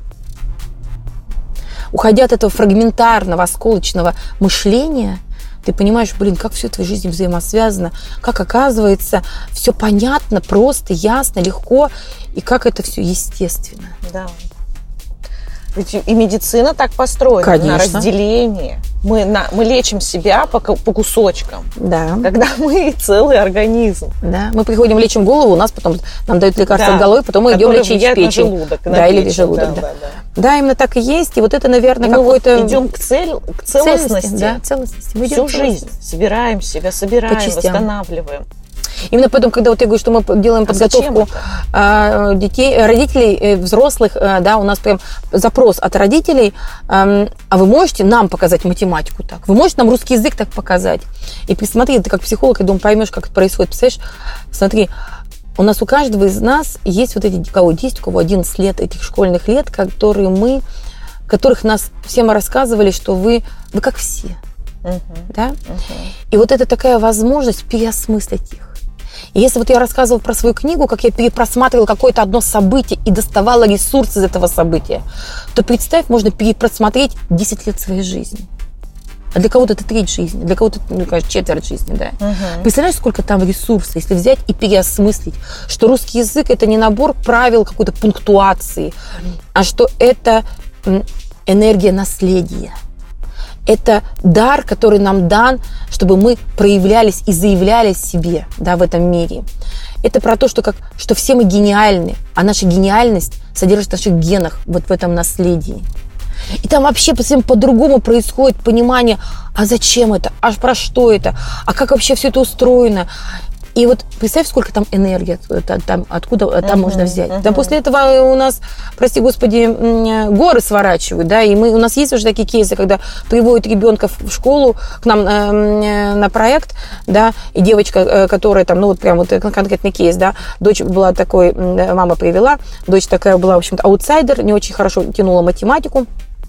Уходя от этого фрагментарного, осколочного мышления, ты понимаешь, блин, как все в твоей жизни взаимосвязано, как оказывается все понятно, просто, ясно, легко, и как это все естественно. Да. Ведь и медицина так построена, Конечно. на разделении. Мы, на, мы лечим себя по, по кусочкам, да. когда мы целый организм. Да. Мы приходим, лечим голову, у нас потом нам дают лекарства да. от головы, потом мы идем лечить печень. На желудок, на да, печень, или желудок. Да, да. Да, да. да, именно так и есть. И вот это, наверное, и какой-то... Мы вот идем к, цель, к целостности. Да, целостности. Мы Всю жизнь собираем себя, собираем, восстанавливаем. Именно поэтому, когда вот я говорю, что мы делаем подготовку а детей, родителей, взрослых, да, у нас прям запрос от родителей, а вы можете нам показать математику так? Вы можете нам русский язык так показать? И посмотри, ты как психолог, я думаю, поймешь, как это происходит. Представляешь, смотри, у нас у каждого из нас есть вот эти, у кого десять, у кого одиннадцать лет, этих школьных лет, которые мы, которых нас всем рассказывали, что вы, вы как все. Uh-huh. Да? Uh-huh. И вот это такая возможность переосмыслить их. И если вот я рассказывала про свою книгу, как я перепросматривала какое-то одно событие и доставала ресурс из этого события, то представь, можно перепросмотреть десять лет своей жизни. А для кого-то это треть жизни, для кого-то, ну, конечно, четверть жизни, да. Uh-huh. Представляешь, сколько там ресурсов, если взять и переосмыслить, что русский язык – это не набор правил какой-то пунктуации, а что это энергия наследия. Это дар, который нам дан, чтобы мы проявлялись и заявляли себе, да, в этом мире. Это про то, что, как, что все мы гениальны, а наша гениальность содержится в наших генах, вот в этом наследии. И там вообще совсем по-другому происходит понимание, а зачем это, а про что это, а как вообще все это устроено. И вот представь, сколько там энергии, там, откуда там uh-huh, можно взять. Uh-huh. Да, после этого у нас, прости господи, горы сворачивают, да, и мы, у нас есть уже такие кейсы, когда приводят ребенка в школу к нам э, на проект, да, и девочка, которая там, ну вот прям вот конкретный кейс, да, дочь была такой, мама привела, дочь такая была, в общем-то, аутсайдер, не очень хорошо тянула математику.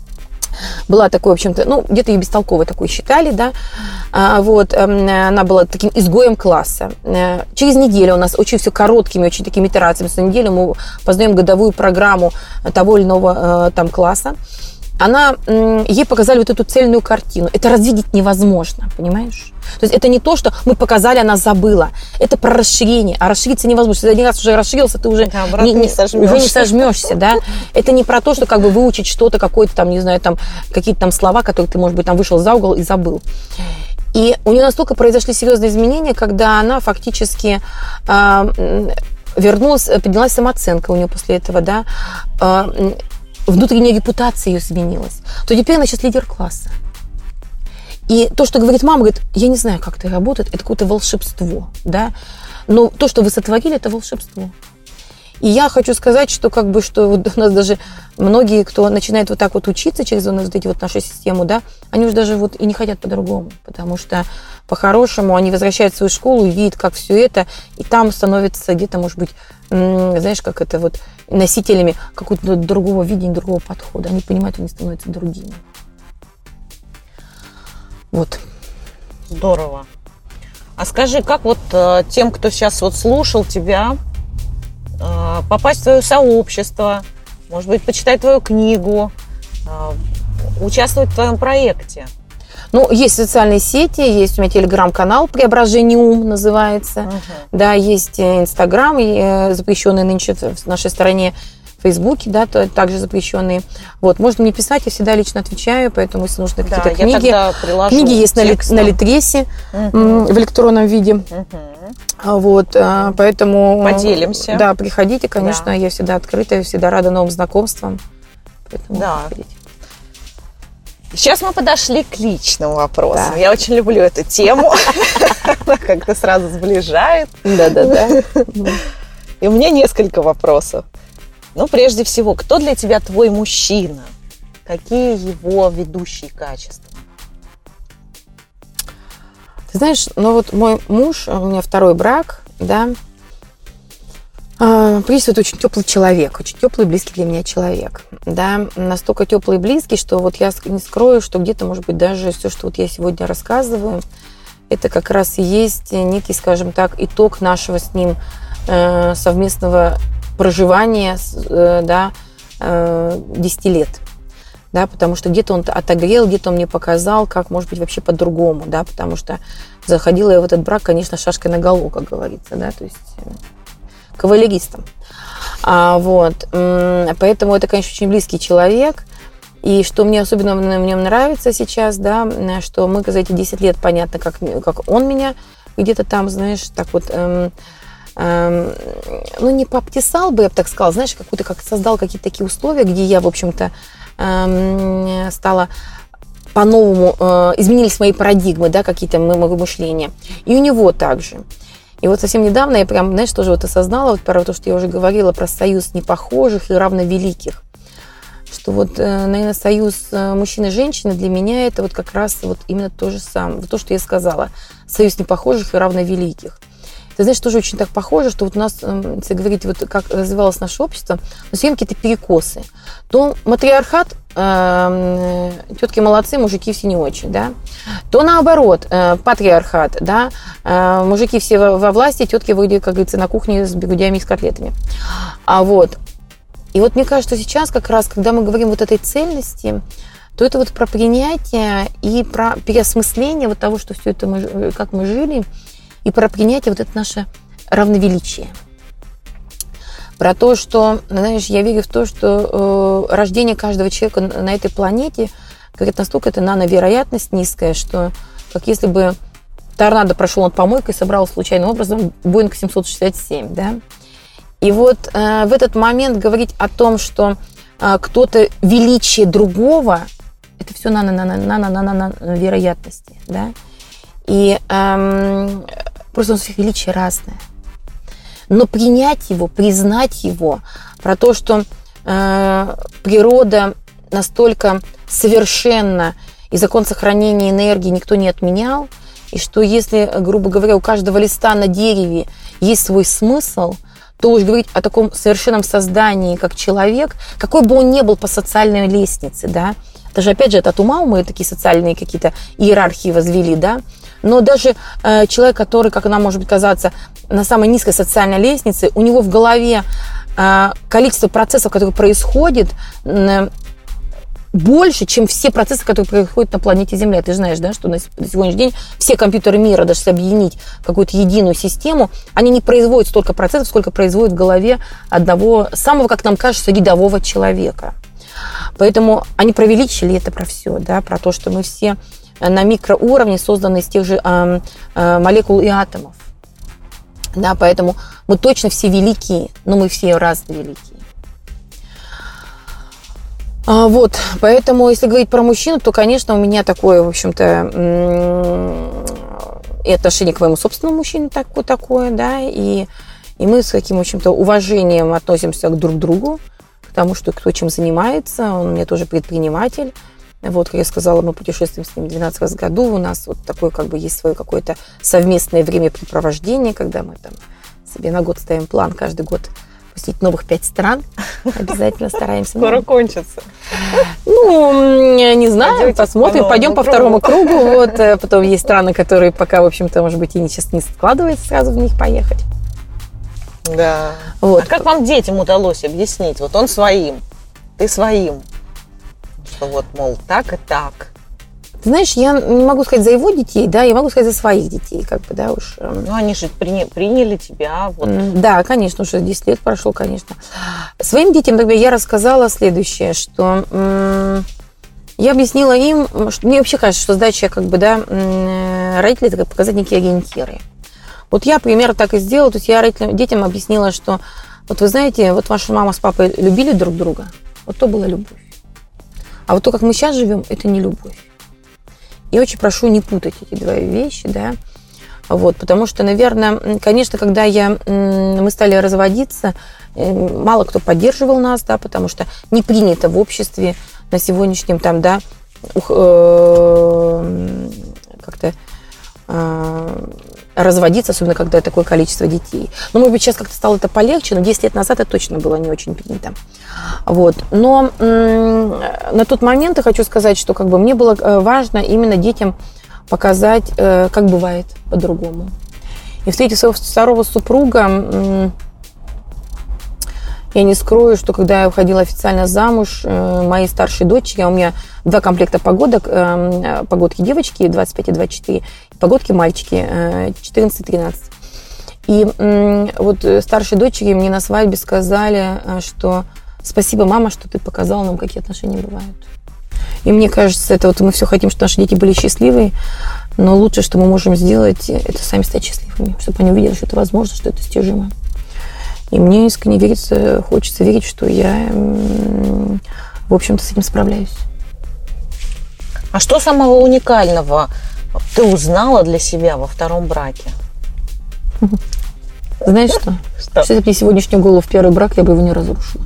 Была такой, в общем-то, ну, где-то ее бестолковой такой считали, да, а, вот, она была таким изгоем класса. Через неделю у нас очень все короткими, очень такими итерациями, за неделю мы познаем годовую программу того или иного там класса. Она, ей показали вот эту цельную картину. Это развидеть невозможно, понимаешь? То есть это не то, что мы показали, она забыла. Это про расширение. А расшириться невозможно. Если один раз уже расширился, ты уже, да, не, не, уже не сожмешься. Да? Это не про то, что как бы выучить что-то, какое-то там, не знаю, там, какие-то там слова, которые ты, может быть, там вышел за угол и забыл. И у нее настолько произошли серьезные изменения, когда она фактически э, вернулась, поднялась самооценка у нее после этого, да, э, внутренняя репутация ее сменилась, то теперь она сейчас лидер класса. И то, что говорит мама, говорит, я не знаю, как это работает, это какое-то волшебство, да, но то, что вы сотворили, это волшебство. И я хочу сказать, что как бы, что вот у нас даже многие, кто начинает вот так вот учиться через вот эти вот нашу систему, да, они уже даже вот и не хотят по-другому, потому что по-хорошему они возвращают в свою школу и видят, как все это, и там становится где-то, может быть, знаешь, как это вот носителями какого-то другого видения, другого подхода. Они понимают, они становятся другими. Вот. Здорово. А скажи, как вот э, тем, кто сейчас вот слушал тебя, э, попасть в твое сообщество, может быть, почитать твою книгу, э, участвовать в твоем проекте? Ну, есть социальные сети, есть у меня телеграм-канал «Преображениум» называется, uh-huh. да, есть Инстаграм, запрещенный нынче в нашей стране, в Фейсбуке, да, также запрещенные. Вот, можно мне писать, я всегда лично отвечаю, поэтому, если нужны какие-то да, книги, книги есть на, на Литресе uh-huh. в электронном виде. Uh-huh. Вот, поэтому... Поделимся. Да, приходите, конечно, да. Я всегда открыта, я всегда рада новым знакомствам. Поэтому да. Приходите. Сейчас мы подошли к личным вопросам. Да. Я очень люблю эту тему. Она как-то сразу сближает. Да-да-да. И у меня несколько вопросов. Ну, прежде всего, кто для тебя твой мужчина? Какие его ведущие качества? Ты знаешь, ну вот мой муж, у меня второй брак, да, присутствует очень теплый человек, очень теплый, близкий для меня человек, да, настолько теплый и близкий, что вот я не скрою, что где-то, может быть, даже все, что вот я сегодня рассказываю, это как раз и есть некий, скажем так, итог нашего с ним э, совместного проживания, э, да, э, десять лет, да, потому что где-то он отогрел, где-то он мне показал, как, может быть, вообще по-другому, да, потому что заходила я в этот брак, конечно, шашкой наголо, как говорится, да, то есть... кавалеристом. А, вот. Поэтому это, конечно, очень близкий человек. И что мне особенно в нем нравится сейчас, да, что мы за эти десять лет, понятно, как, как он меня где-то там, знаешь, так вот, эм, эм, ну, не пообтесал бы, я бы так сказала, знаешь, какую-то, как создал какие-то такие условия, где я, в общем-то, эм, стала по-новому, э, изменились мои парадигмы, да, какие-то мои мышления. И у него также. И вот совсем недавно я прям, знаешь, тоже вот осознала вот про то, что я уже говорила про союз непохожих и равновеликих. Что вот, наверное, союз мужчины и женщины для меня это вот как раз вот именно то же самое. Вот то, что я сказала. Союз непохожих и равновеликих. ты знаешь, тоже очень так похоже, что вот у нас, если говорить, вот как развивалось наше общество, у нас все какие-то перекосы. То матриархат, э, тетки молодцы, мужики все не очень, да. То наоборот, э, патриархат, да, э, мужики все во, во власти, тетки вроде, как говорится, на кухне с бигудями и с котлетами. А вот, и вот мне кажется, сейчас как раз, когда мы говорим вот этой цельности, то это вот про принятие и про переосмысление вот того, что все это мы, как мы жили, и про принятие вот это наше равновеличие. Про то, что, знаешь, я верю в то, что э, рождение каждого человека на этой планете, говорят, настолько это нановероятность низкая, что как если бы торнадо прошел над помойкой и собрал случайным образом Боинг семьсот шестьдесят семь, да. И вот э, в этот момент говорить о том, что э, кто-то величие другого, это все нано-нано-нано-нано-вероятности, да. И эм, просто у всех величие разное. Но принять его, признать его, про то, что э, природа настолько совершенна, и закон сохранения энергии никто не отменял, и что если, грубо говоря, у каждого листа на дереве есть свой смысл, то уж говорить о таком совершенном создании, как человек, какой бы он ни был по социальной лестнице, да, даже, опять же, это от ума мы такие социальные какие-то иерархии возвели, да, но даже э, человек, который, как нам может казаться, на самой низкой социальной лестнице, у него в голове э, количество процессов, которые происходят, э, больше, чем все процессы, которые происходят на планете Земля. Ты знаешь, да, что на сегодняшний день все компьютеры мира, даже если объединить какую-то единую систему, они не производят столько процессов, сколько производят в голове одного самого, как нам кажется, рядового человека. Поэтому они про величие, это про все, да, про то, что мы все на микроуровне созданы из тех же э, э, молекул и атомов. Да, поэтому мы точно все великие, но мы все разные великие. А, вот, поэтому, если говорить про мужчину, то, конечно, у меня такое, в общем-то, м- и отношение к моему собственному мужчине такое, такое, да, и, и мы с каким, в общем-то, уважением относимся к друг другу, к тому, что кто чем занимается. Он у меня тоже предприниматель. Вот, как я сказала, мы путешествуем с ним двенадцать раз в году. У нас вот такое, как бы, есть свое какое-то совместное времяпрепровождение, когда мы там себе на год ставим план каждый год посетить новых пять стран. Обязательно стараемся. Скоро кончится. Ну, не знаю, Пойдете посмотрим. по Пойдем по кругу. второму кругу. Вот, потом есть страны, которые пока, в общем-то, может быть, и не, сейчас не складывается сразу в них поехать. Да. Вот. А как вам детям удалось объяснить? Вот он своим, ты своим. Что вот, мол, так и так. Ты знаешь, я не могу сказать за его детей, да, я могу сказать за своих детей, как бы, да, уж. Ну, они же приня- приняли тебя. Вот. Да, конечно, уже десять лет прошло, конечно. Своим детям тогда я рассказала следующее, что м- я объяснила им, что мне вообще кажется, что задача, как бы, да, м- родителей, это показать некие ориентиры. Вот я примерно так и сделала, то есть я родителям, детям объяснила, что, вот вы знаете, вот ваша мама с папой любили друг друга, вот то была любовь. А вот то, как мы сейчас живем, это не любовь. Я очень прошу не путать эти две вещи, да, вот, потому что, наверное, конечно, когда я, мы стали разводиться, мало кто поддерживал нас, да, потому что не принято в обществе на сегодняшнем там, да, как-то разводиться, особенно когда такое количество детей. Ну, может быть, сейчас как-то стало это полегче, но десять лет назад это точно было не очень принято. Вот. Но м- на тот момент я хочу сказать, что как бы мне было важно именно детям показать, э, как бывает по-другому. И встретив своего второго супруга, м- я не скрою, что когда я уходила официально замуж, э, моей старшей дочери, а у меня два комплекта погодок, э, погодки девочки двадцать пять и двадцать четыре, и погодки мальчики э, четырнадцать и тринадцать. И э, вот старшей дочери мне на свадьбе сказали, что спасибо, мама, что ты показала нам, какие отношения бывают. И мне кажется, это вот мы все хотим, чтобы наши дети были счастливые, но лучше, что мы можем сделать, это сами стать счастливыми, чтобы они увидели, что это возможно, что это достижимо. И мне искренне верится, хочется верить, что я, в общем-то, с этим справляюсь. А что самого уникального ты узнала для себя во втором браке? Знаешь что? Что? Если бы мне сегодняшнюю голову в первый брак, я бы его не разрушила.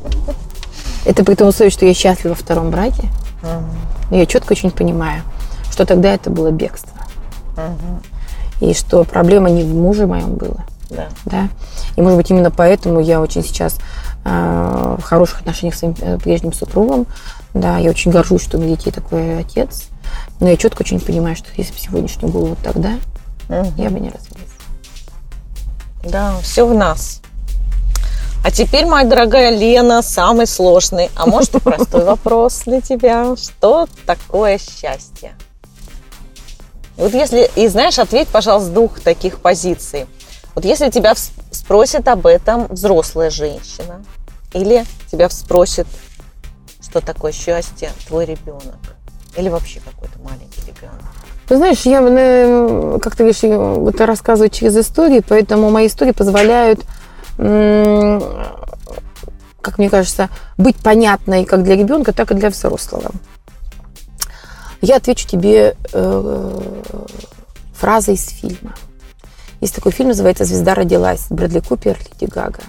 Это при том условии, что я счастлива во втором браке. Но я четко очень понимаю, что что тогда это было бегство. Угу. И что проблема не в муже моем была. Да. Да? И, может быть, именно поэтому я очень сейчас э, в хороших отношениях с своим прежним супругом. Да, я очень горжусь, что у меня детей такой отец. Но я четко очень понимаю, что если бы сегодняшнюю голову тогда, угу. я бы не развелась. Да, все в нас. А теперь, моя дорогая Лена, самый сложный, а может и простой вопрос для тебя. Что такое счастье? Вот если, и знаешь, ответь, пожалуйста, с двух таких позиций. Вот если тебя спросит об этом взрослая женщина, или тебя спросит, что такое счастье, твой ребенок, или вообще какой-то маленький ребенок. Ты знаешь, я, как ты говоришь, это рассказываю через истории, поэтому мои истории позволяют, как мне кажется, быть понятной как для ребенка, так и для взрослого. Я отвечу тебе э, фразой из фильма. Есть такой фильм, называется «Звезда родилась». Брэдли Купер, Леди Гага.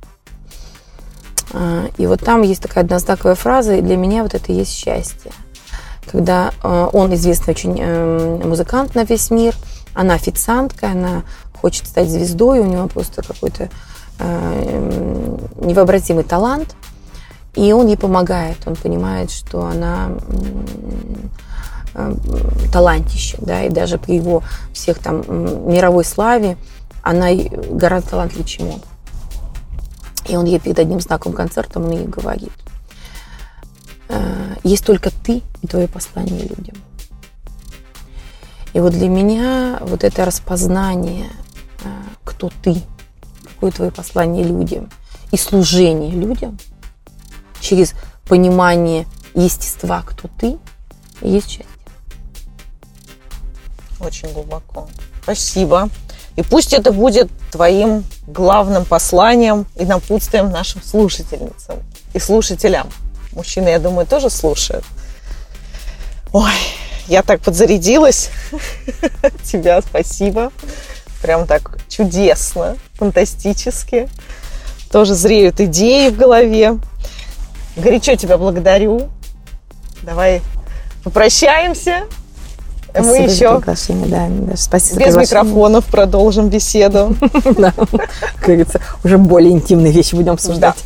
И вот там есть такая однознаковая фраза, и для меня вот это и есть счастье. Когда э, он известный очень э, музыкант на весь мир, она официантка, она хочет стать звездой, у него просто какой-то э, невообразимый талант, и он ей помогает, он понимает, что она э, талантище, да, и даже при его всех там мировой славе она гораздо талантливее, чем он. И он ей перед одним знаковым концертом он ей говорит: есть только ты и твое послание людям. И вот для меня вот это распознание, кто ты, какое твое послание людям, и служение людям через понимание естества, кто ты, и есть счастье. Очень глубоко. Спасибо. И пусть это будет твоим главным посланием и напутствием нашим слушательницам и слушателям. Мужчины, я думаю, тоже слушают. Ой, я так подзарядилась. Тебя спасибо. Прям так чудесно, фантастически. Тоже зреют идеи в голове. Горячо тебя благодарю. Давай попрощаемся. Спасибо Мы еще за приглашение, да, да, спасибо без за микрофонов продолжим беседу. Да, как говорится, уже более интимные вещи будем обсуждать.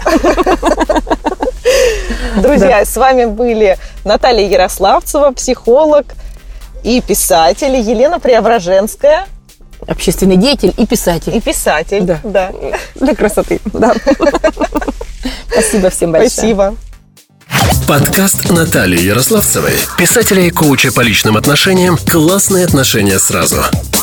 Друзья, с вами были Наталья Ярославцева, психолог и писатель, Елена Преображенская. Общественный деятель и писатель. И писатель, да. да. Для красоты, да. Спасибо всем большое. Спасибо. Подкаст Натальи Ярославцевой, писателя и коуча по личным отношениям «Классные отношения сразу».